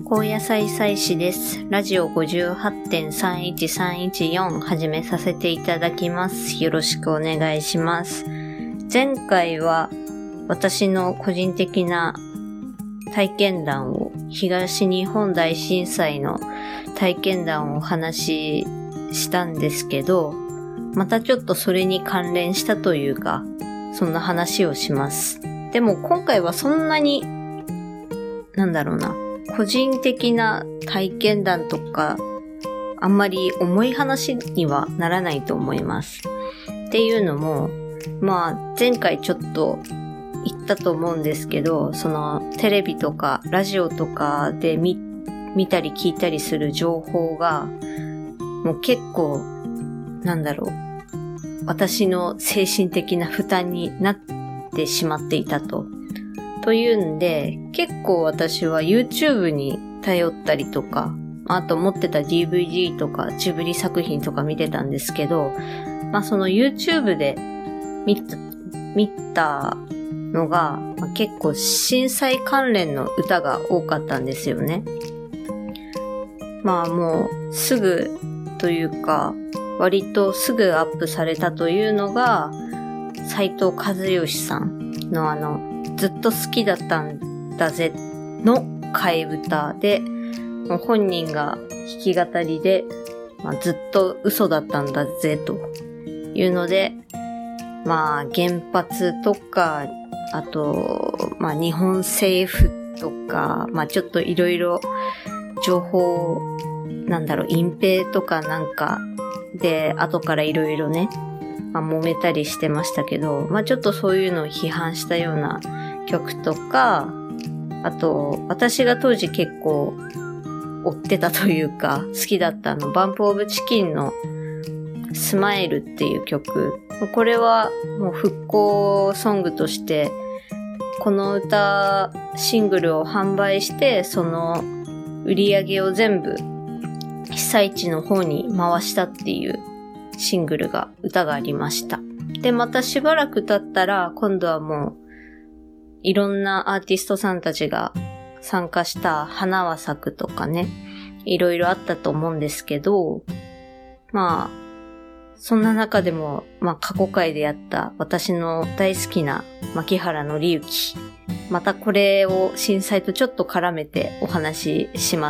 高野菜菜師です。ラジオ 58.31314 始めさせていただきます。よろしくお願いします。前回は私の個人的な体験談を、東日本大震災の体験談をお話ししたんですけど、またちょっとそれに関連したというか、そんな話をします。でも今回はそんなに、個人的な体験談とか、あんまり重い話にはならないと思います。っていうのも、前回ちょっと言ったと思うんですけど、そのテレビとかラジオとかで見たり聞いたりする情報が、もう結構、私の精神的な負担になってしまっていたというんで、結構私は YouTube に頼ったりとか、あと持ってた DVD とかジブリ作品とか見てたんですけど、その YouTube で見たのが、結構震災関連の歌が多かったんですよね。もうすぐというか、割とすぐアップされたというのが、斉藤和義さんのずっと好きだったんだぜの替え歌で、本人が弾き語りで、ずっと嘘だったんだぜというので、原発とか、あと、日本政府とか、ちょっといろいろ情報、隠蔽とかで、後からいろいろね、揉めたりしてましたけど、ちょっとそういうのを批判したような曲とか、あと、私が当時結構追ってたというか、好きだったバンプオブチキンのスマイルっていう曲。これはもう復興ソングとして、この歌、シングルを販売して、その売り上げを全部被災地の方に回したっていうシングル歌がありました。で、またしばらく経ったら、今度はもう、いろんなアーティストさんたちが参加した花は咲くとかね、いろいろあったと思うんですけど、そんな中でも、過去回でやった私の大好きな牧原紀之。またこれを震災とちょっと絡めてお話しします。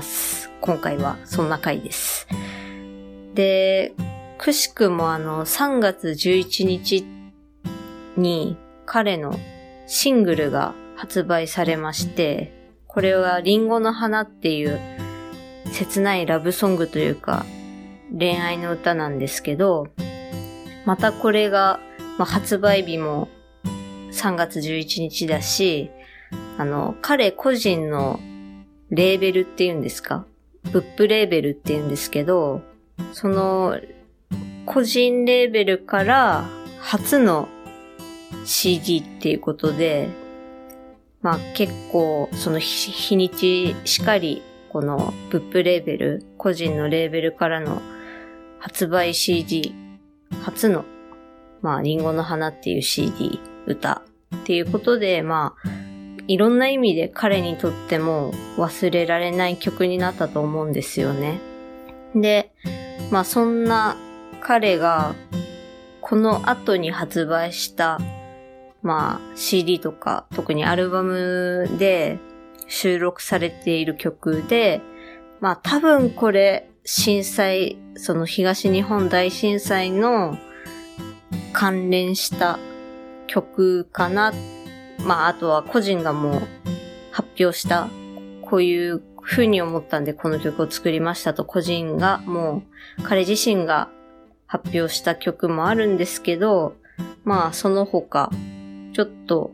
今回はそんな回です。で、くしくも3月11日に彼のシングルが発売されまして、これはリンゴの花っていう切ないラブソングというか恋愛の歌なんですけど、またこれが、発売日も3月11日だし、彼個人のレーベルっていうんですか？ブップレーベルっていうんですけど、その個人レーベルから初の CD っていうことで、結構その日にちしかり、このブップレーベル、個人のレーベルからの発売 CD、初の、リンゴの花っていう CD、歌っていうことで、いろんな意味で彼にとっても忘れられない曲になったと思うんですよね。で、そんな彼がこの後に発売した、CD とか特にアルバムで収録されている曲で、多分これ震災、その東日本大震災の関連した曲かな。あとは個人がもう発表した、こういう風に思ったんでこの曲を作りましたと個人がもう彼自身が発表した曲もあるんですけど、その他、ちょっと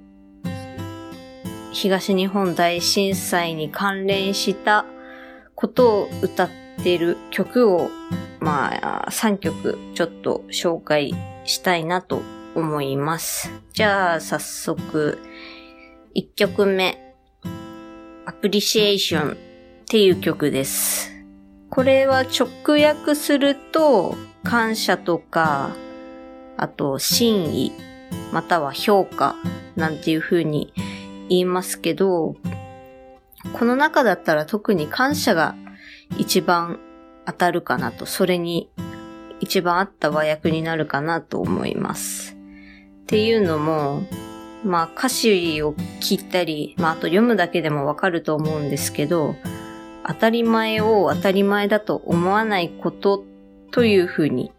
東日本大震災に関連したことを歌っている曲を、3曲ちょっと紹介したいなと思います。じゃあ、早速、1曲目、Appreciation っていう曲です。これは直訳すると、感謝とか、あと、真意、または評価なんていう風に言いますけど、 この中だったら特に感謝が一番当たるかなと、それに一番合った和訳になるかなと思います。っていうのも、歌詞を聞いたり、あと読むだけでもわかると思うんですけど、当たり前を当たり前だと思わないことというふうに、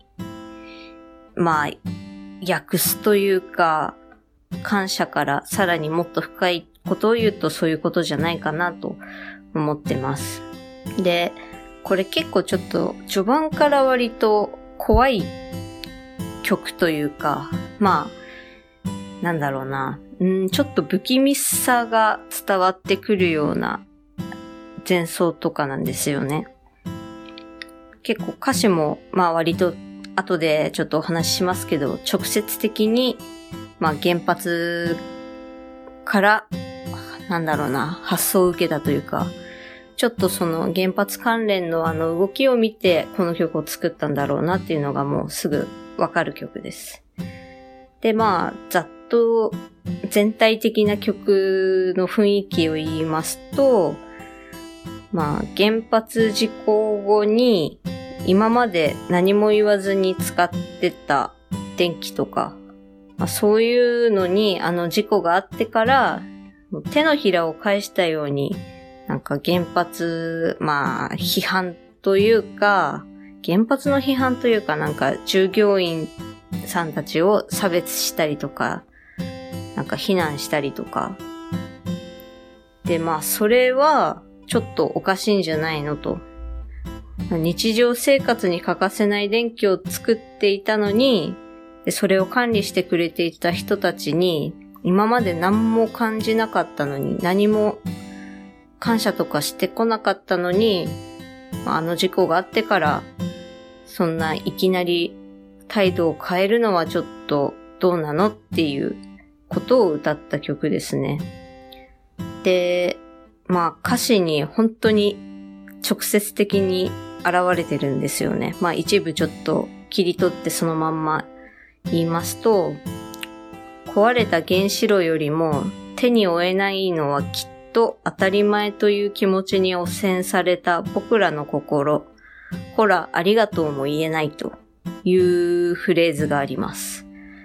訳すというか、感謝からさらにもっと深いことを言うとそういうことじゃないかなと思ってます。で、これ結構ちょっと序盤から割と怖い曲というか、なんだろうな、ちょっと不気味さが伝わってくるような前奏とかなんですよね。結構歌詞も割と後でちょっとお話ししますけど、直接的に原発から発想を受けたというか、ちょっとその原発関連の動きを見てこの曲を作ったんだろうなっていうのがもうすぐわかる曲です。で、ざっと全体的な曲の雰囲気を言いますと、原発事故後に今まで何も言わずに使ってた電気とか、そういうのに事故があってから手のひらを返したように原発、批判というか、原発の批判というか従業員さんたちを差別したりとか、非難したりとか。で、それはちょっとおかしいんじゃないのと。日常生活に欠かせない電気を作っていたのに、それを管理してくれていた人たちに、今まで何も感じなかったのに、何も感謝とかしてこなかったのに、事故があってから、そんないきなり態度を変えるのはちょっとどうなのっていうことを歌った曲ですね。で、歌詞に本当に直接的に現れてるんですよね。一部ちょっと切り取ってそのまんま言いますと、壊れた原子炉よりも手に負えないのはきっと当たり前という気持ちに汚染された僕らの心。ほら、ありがとうも言えないというフレーズがあります。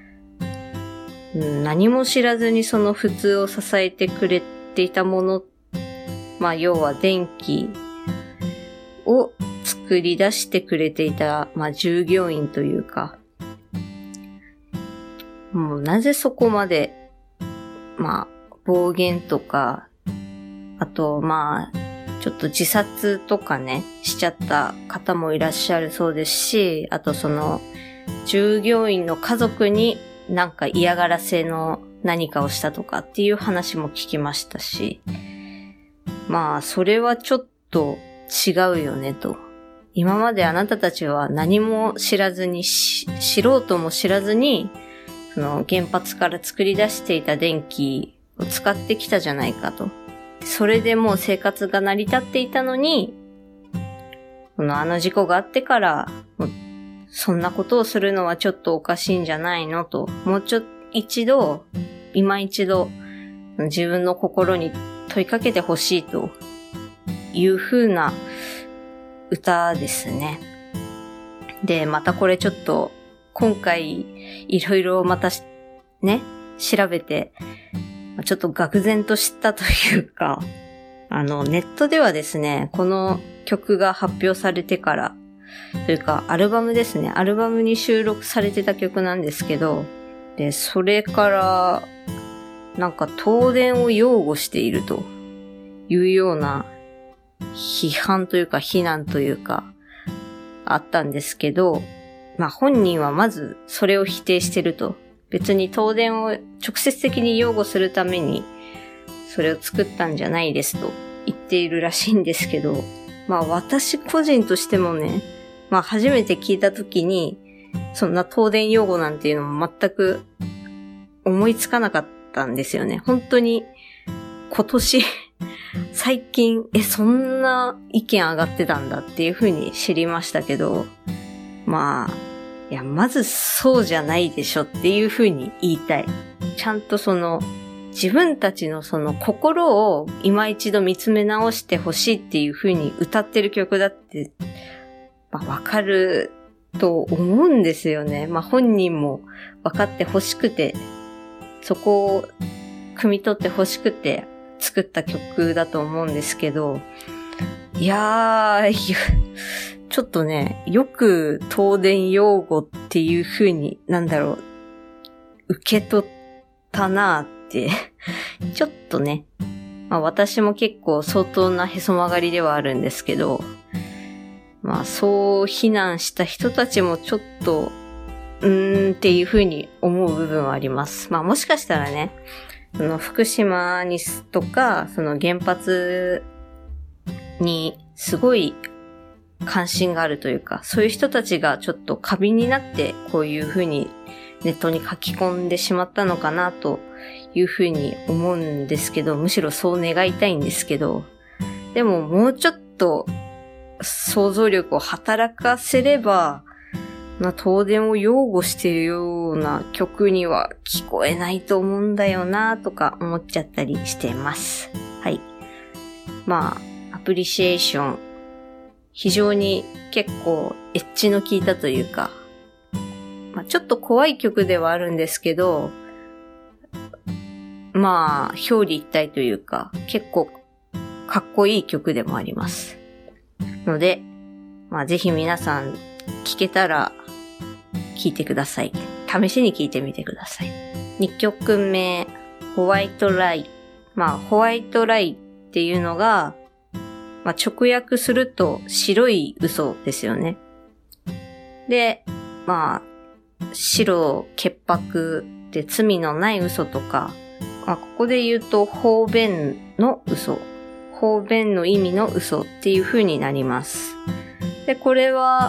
何も知らずにその普通を支えてくれていたもの、要は電気を作り出してくれていた、従業員というか、もうなぜそこまで、暴言とか、あとちょっと自殺とかね、しちゃった方もいらっしゃるそうですし、あとその、従業員の家族に嫌がらせの何かをしたとかっていう話も聞きましたし、それはちょっと違うよねと。今まであなたたちは何も知らずに、知ろうとも知らずに、その原発から作り出していた電気を使ってきたじゃないかと。それでもう生活が成り立っていたのに、事故があってから、そんなことをするのはちょっとおかしいんじゃないのと、もう今一度、自分の心に問いかけてほしいという風な歌ですね。で、またこれちょっと、今回、いろいろまたね、調べて、ちょっと愕然としたというか、ネットではですね、この曲が発表されてから、というか、アルバムですね。アルバムに収録されてた曲なんですけど、で、それから、東電を擁護しているというような批判というか非難というか、あったんですけど、本人はまずそれを否定してると。別に東電を直接的に擁護するために、それを作ったんじゃないですと言っているらしいんですけど、私個人としてもね、初めて聞いたときに、そんな東電擁護なんていうのも全く思いつかなかったんですよね。本当に今年、最近、そんな意見上がってたんだっていう風に知りましたけど、まずそうじゃないでしょっていう風に言いたい。ちゃんとその自分たちのその心を今一度見つめ直してほしいっていう風に歌ってる曲だって、わかると思うんですよね。本人も分かってほしくて、そこを汲み取ってほしくて作った曲だと思うんですけど、ちょっとね、よく東電用語っていう風に、受け取ったなって、ちょっとね、私も結構相当なへそ曲がりではあるんですけど、そう非難した人たちもちょっと、っていう風に思う部分はあります。もしかしたらね、福島にとか、その原発にすごい関心があるというか、そういう人たちがちょっと過敏になってこういう風にネットに書き込んでしまったのかなという風に思うんですけど、むしろそう願いたいんですけど、でももうちょっと想像力を働かせれば、東電を擁護しているような曲には聞こえないと思うんだよなとか思っちゃったりしてます。はい。アプリシエーション、非常に結構エッジの効いたというか、ちょっと怖い曲ではあるんですけど、表裏一体というか、結構かっこいい曲でもあります。ので、ぜひ皆さん聴けたら聴いてください。試しに聴いてみてください。2曲目、ホワイトライ。ホワイトライっていうのが、直訳すると白い嘘ですよね。で、白潔白で罪のない嘘とか、ここで言うと方便の嘘。方便の意味の嘘っていう風になります。で、これは、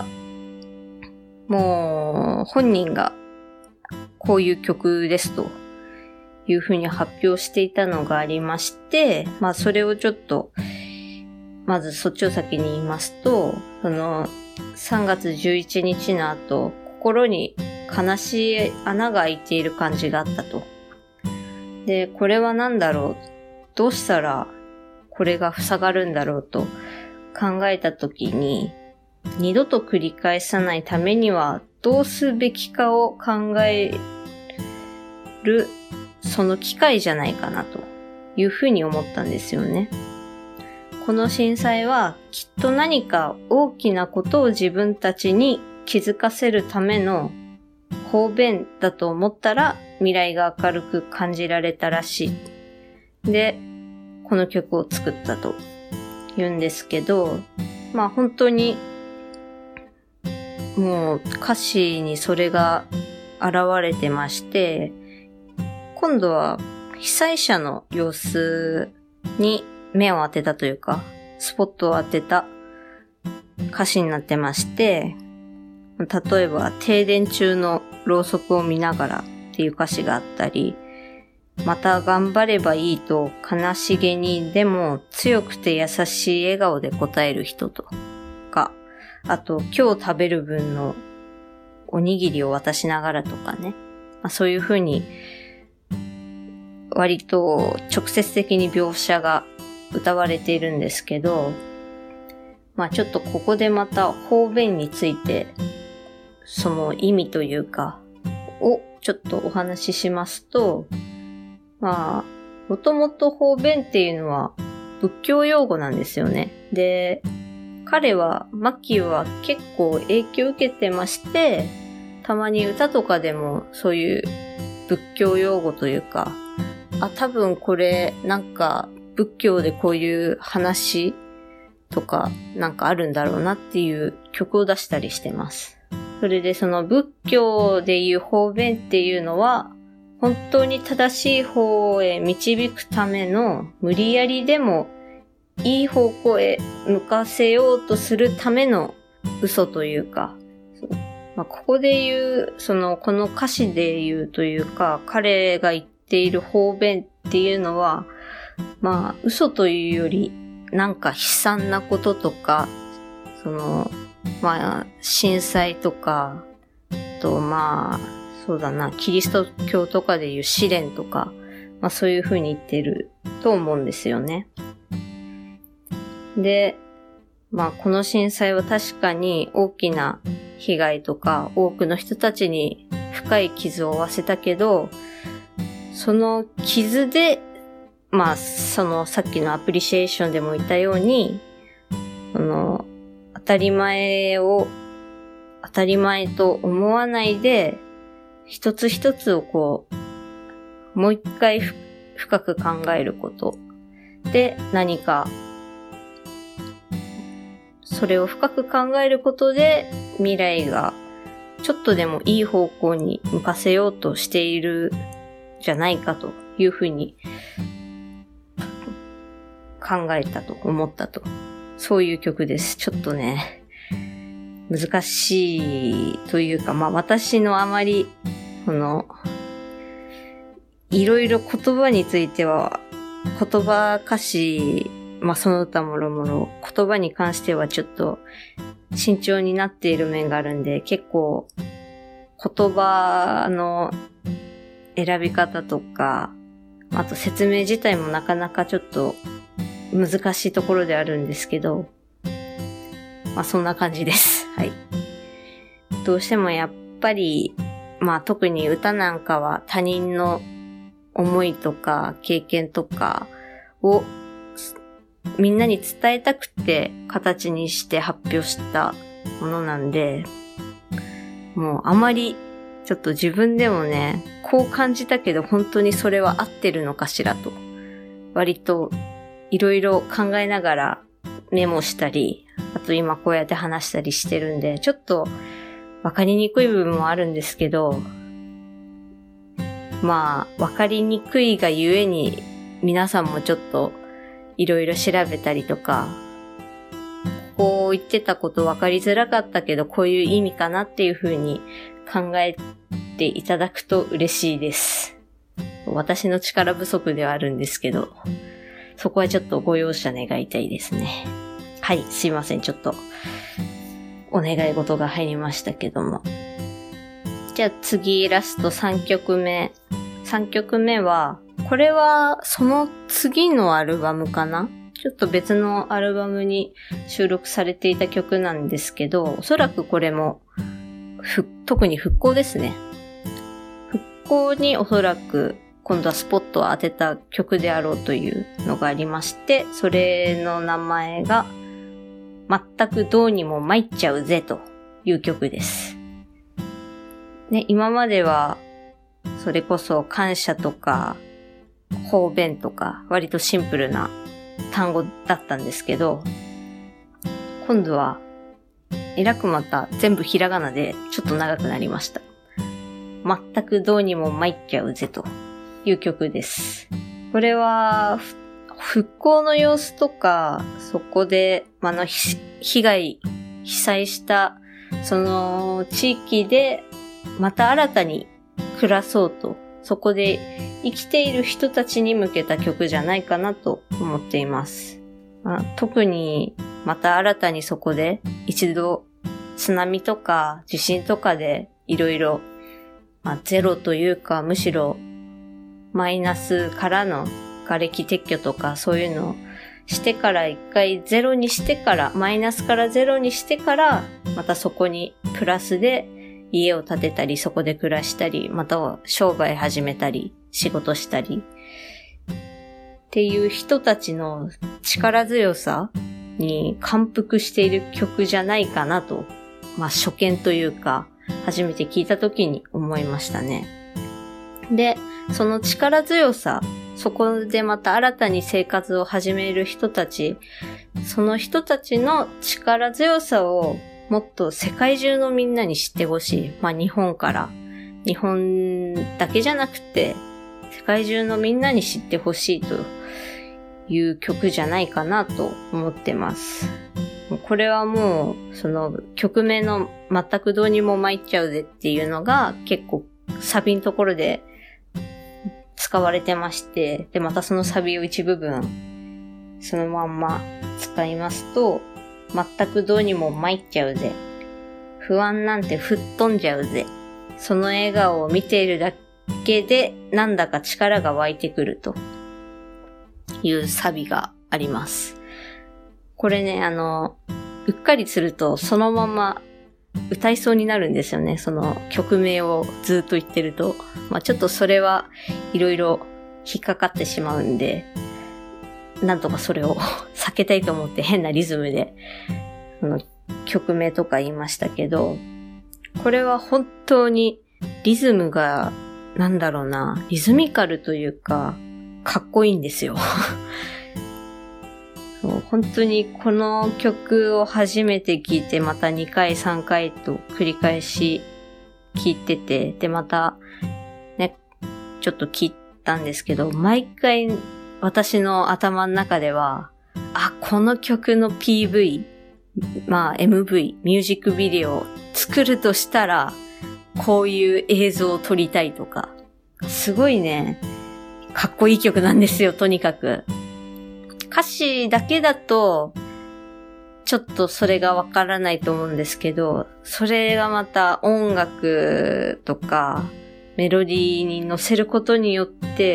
もう、本人がこういう曲ですという風に発表していたのがありまして、それをちょっと、まずそっちを先に言いますと、3月11日の後、心に悲しい穴が開いている感じがあったと。で、これは何だろう？どうしたらこれが塞がるんだろうと考えたときに、二度と繰り返さないためにはどうすべきかを考える、その機会じゃないかなというふうに思ったんですよね。この震災はきっと何か大きなことを自分たちに気づかせるための方便だと思ったら未来が明るく感じられたらしい。で、この曲を作ったと言うんですけど、本当にもう歌詞にそれが現れてまして、今度は被災者の様子に目を当てたというか、スポットを当てた歌詞になってまして、例えば停電中のろうそくを見ながらっていう歌詞があったり、また頑張ればいいと悲しげにでも強くて優しい笑顔で答える人とか、あと今日食べる分のおにぎりを渡しながらとかね、そういう風に割と直接的に描写が歌われているんですけど、ちょっとここでまた方便についてその意味というかをちょっとお話ししますと、もともと方便っていうのは仏教用語なんですよね。で、彼は、マッキーは結構影響を受けてまして、たまに歌とかでもそういう仏教用語というか、多分これ仏教でこういう話とかあるんだろうなっていう曲を出したりしてます。それでその仏教でいう方便っていうのは、本当に正しい方へ導くための無理やりでもいい方向へ向かせようとするための嘘というか、ここで言う、この歌詞で言うというか、彼が言っている方便っていうのは、嘘というより悲惨なこととか、震災とか、あとそうだな、キリスト教とかでいう試練とか、 そういう風に言ってると思うんですよね。で、この震災は確かに大きな被害とか多くの人たちに深い傷を負わせたけど、その傷で、そのさっきのアプリシエーションでも言ったように、当たり前を当たり前と思わないで、一つ一つをもう一回深く考えることで、何かそれを深く考えることで未来がちょっとでもいい方向に向かせようとしているじゃないかというふうに考えたと思ったと。そういう曲です。ちょっとね、難しいというか、私のあまり、いろいろ言葉については、言葉歌詞、その他もろもろ、言葉に関してはちょっと慎重になっている面があるんで、結構言葉の選び方とか、あと説明自体もなかなかちょっと難しいところであるんですけど、そんな感じです。はい。どうしてもやっぱり、特に歌なんかは他人の思いとか経験とかをみんなに伝えたくて形にして発表したものなんで、もうあまりちょっと自分でもね、こう感じたけど本当にそれは合ってるのかしらと、割といろいろ考えながらメモしたり、あと今こうやって話したりしてるんで、ちょっとわかりにくい部分もあるんですけど、わかりにくいがゆえに皆さんもちょっといろいろ調べたりとか、こう言ってたことわかりづらかったけどこういう意味かなっていう風に考えていただくと嬉しいです。私の力不足ではあるんですけど、そこはちょっとご容赦願いたいですね。はい、すいません。ちょっとお願い事が入りましたけども。じゃあ次ラスト3曲目。3曲目は、これはその次のアルバムかな？ちょっと別のアルバムに収録されていた曲なんですけど、おそらくこれも特に復興ですね。復興におそらく今度はスポットを当てた曲であろうというのがありまして、それの名前が全くどうにも参っちゃうぜという曲です。ね、今まではそれこそ感謝とか方便とか割とシンプルな単語だったんですけど、今度はえらくまた全部ひらがなでちょっと長くなりました。全くどうにも参っちゃうぜという曲です。これは復興の様子とか、そこで被災したその地域でまた新たに暮らそうと、そこで生きている人たちに向けた曲じゃないかなと思っています。特にまた新たにそこで一度津波とか地震とかでいろいろゼロというかむしろマイナスからの瓦礫撤去とかそういうのをしてから一回ゼロにしてから、マイナスからゼロにしてから、またそこにプラスで家を建てたり、そこで暮らしたり、または商売始めたり、仕事したり、っていう人たちの力強さに感服している曲じゃないかなと、初見というか、初めて聞いた時に思いましたね。で、その力強さ、そこでまた新たに生活を始める人たち、その人たちの力強さをもっと世界中のみんなに知ってほしい。日本だけじゃなくて、世界中のみんなに知ってほしいという曲じゃないかなと思ってます。これはもう、その曲名の全くどうにも参っちゃうぜっていうのが結構サビのところで使われてまして、で、またそのサビを一部分そのまんま使いますと、全くどうにも参っちゃうぜ。不安なんて吹っ飛んじゃうぜ。その笑顔を見ているだけでなんだか力が湧いてくるというサビがあります。これね、うっかりするとそのまま歌いそうになるんですよね。その曲名をずっと言ってると。ちょっとそれはいろいろ引っかかってしまうんで、なんとかそれを避けたいと思って変なリズムで、曲名とか言いましたけど、これは本当にリズムが、リズミカルというか、かっこいいんですよ。そう本当にこの曲を初めて聴いて、また2回3回と繰り返し聴いてて、でまたね、ちょっと聴いたんですけど、毎回私の頭の中では、この曲の PV、MV、ミュージックビデオを作るとしたら、こういう映像を撮りたいとか、すごいね、かっこいい曲なんですよ、とにかく。歌詞だけだと、ちょっとそれがわからないと思うんですけど、それがまた音楽とかメロディーに乗せることによって、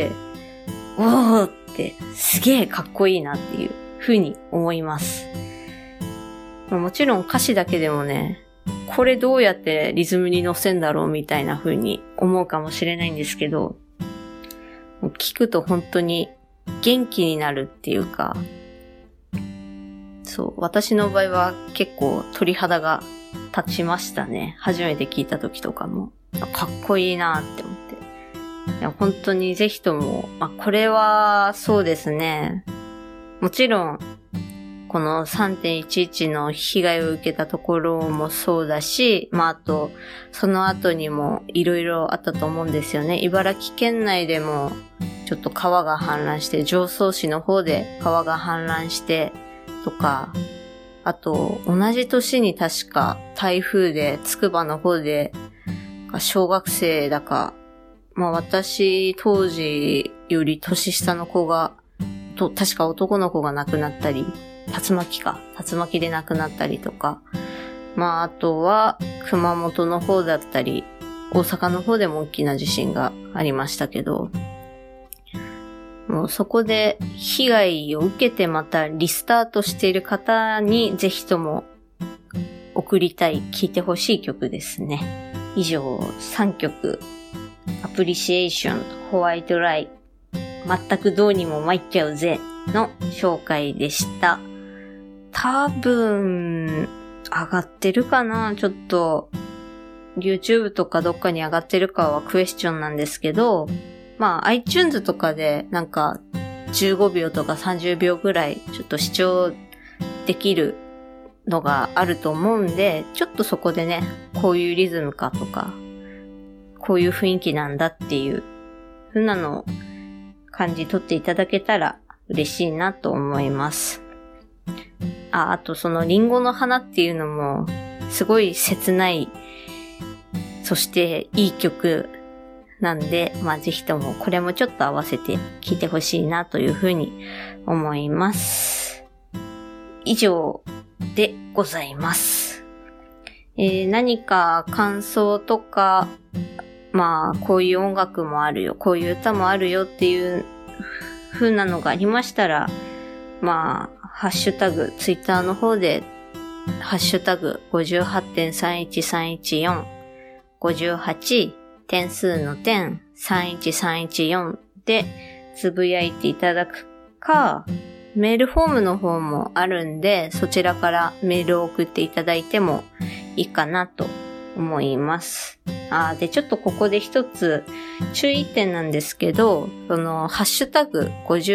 おーってすげーかっこいいなっていう風に思います。もちろん歌詞だけでもね、これどうやってリズムに乗せんだろうみたいな風に思うかもしれないんですけど、聞くと本当に元気になるっていうか、そう、私の場合は結構鳥肌が立ちましたね。初めて聞いた時とかも。かっこいいなって思って。いや本当にぜひとも、これはそうですね。もちろん、この 3.11 の被害を受けたところもそうだし、あと、その後にもいろいろあったと思うんですよね。茨城県内でも、ちょっと川が氾濫して、常総市の方で川が氾濫してとか、あと、同じ年に確か台風で、つくばの方で、小学生だか、私当時より年下の子が、確か男の子が亡くなったり、竜巻で亡くなったりとか、あとは熊本の方だったり、大阪の方でも大きな地震がありましたけど、もうそこで被害を受けてまたリスタートしている方にぜひとも送りたい、聴いてほしい曲ですね。以上3曲、Appreciation、ホワイトライ、全くどうにも参っちゃうぜの紹介でした。多分上がってるかな、ちょっと YouTube とかどっかに上がってるかはクエスチョンなんですけど、iTunes とかで15秒とか30秒ぐらいちょっと視聴できるのがあると思うんで、ちょっとそこでね、こういうリズムかとか、こういう雰囲気なんだっていう風なのを感じ取っていただけたら嬉しいなと思います。あとそのリンゴの花っていうのもすごい切ない、そしていい曲なんで、ぜひともこれもちょっと合わせて聴いてほしいなというふうに思います。以上でございます。何か感想とか、こういう音楽もあるよ、こういう歌もあるよっていう風なのがありましたら、ハッシュタグ、ツイッターの方で、ハッシュタグ 58.31314、58、点数の点、31314でつぶやいていただくか、メールフォームの方もあるんで、そちらからメールを送っていただいてもいいかなと思います。で、ちょっとここで一つ注意点なんですけど、ハッシュタグ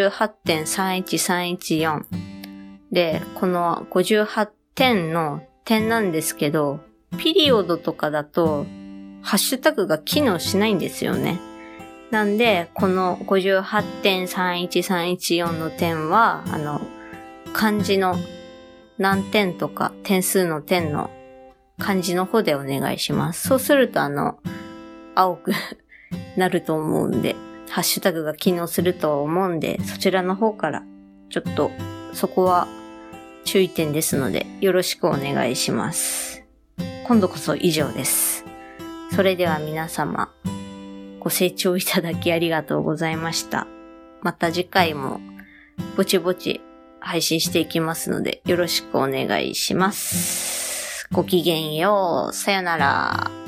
58.31314 で、この58点の点なんですけど、ピリオドとかだと、ハッシュタグが機能しないんですよね。なんで、この 58.31314 の点は、漢字の何点とか点数の点の漢字の方でお願いします。そうすると青くなると思うんで、ハッシュタグが機能すると思うんで、そちらの方からちょっとそこは注意点ですので、よろしくお願いします。今度こそ以上です。それでは皆様、 ご清聴いただきありがとうございました。また次回もぼちぼち配信していきますのでよろしくお願いします。ごきげんよう。さよなら。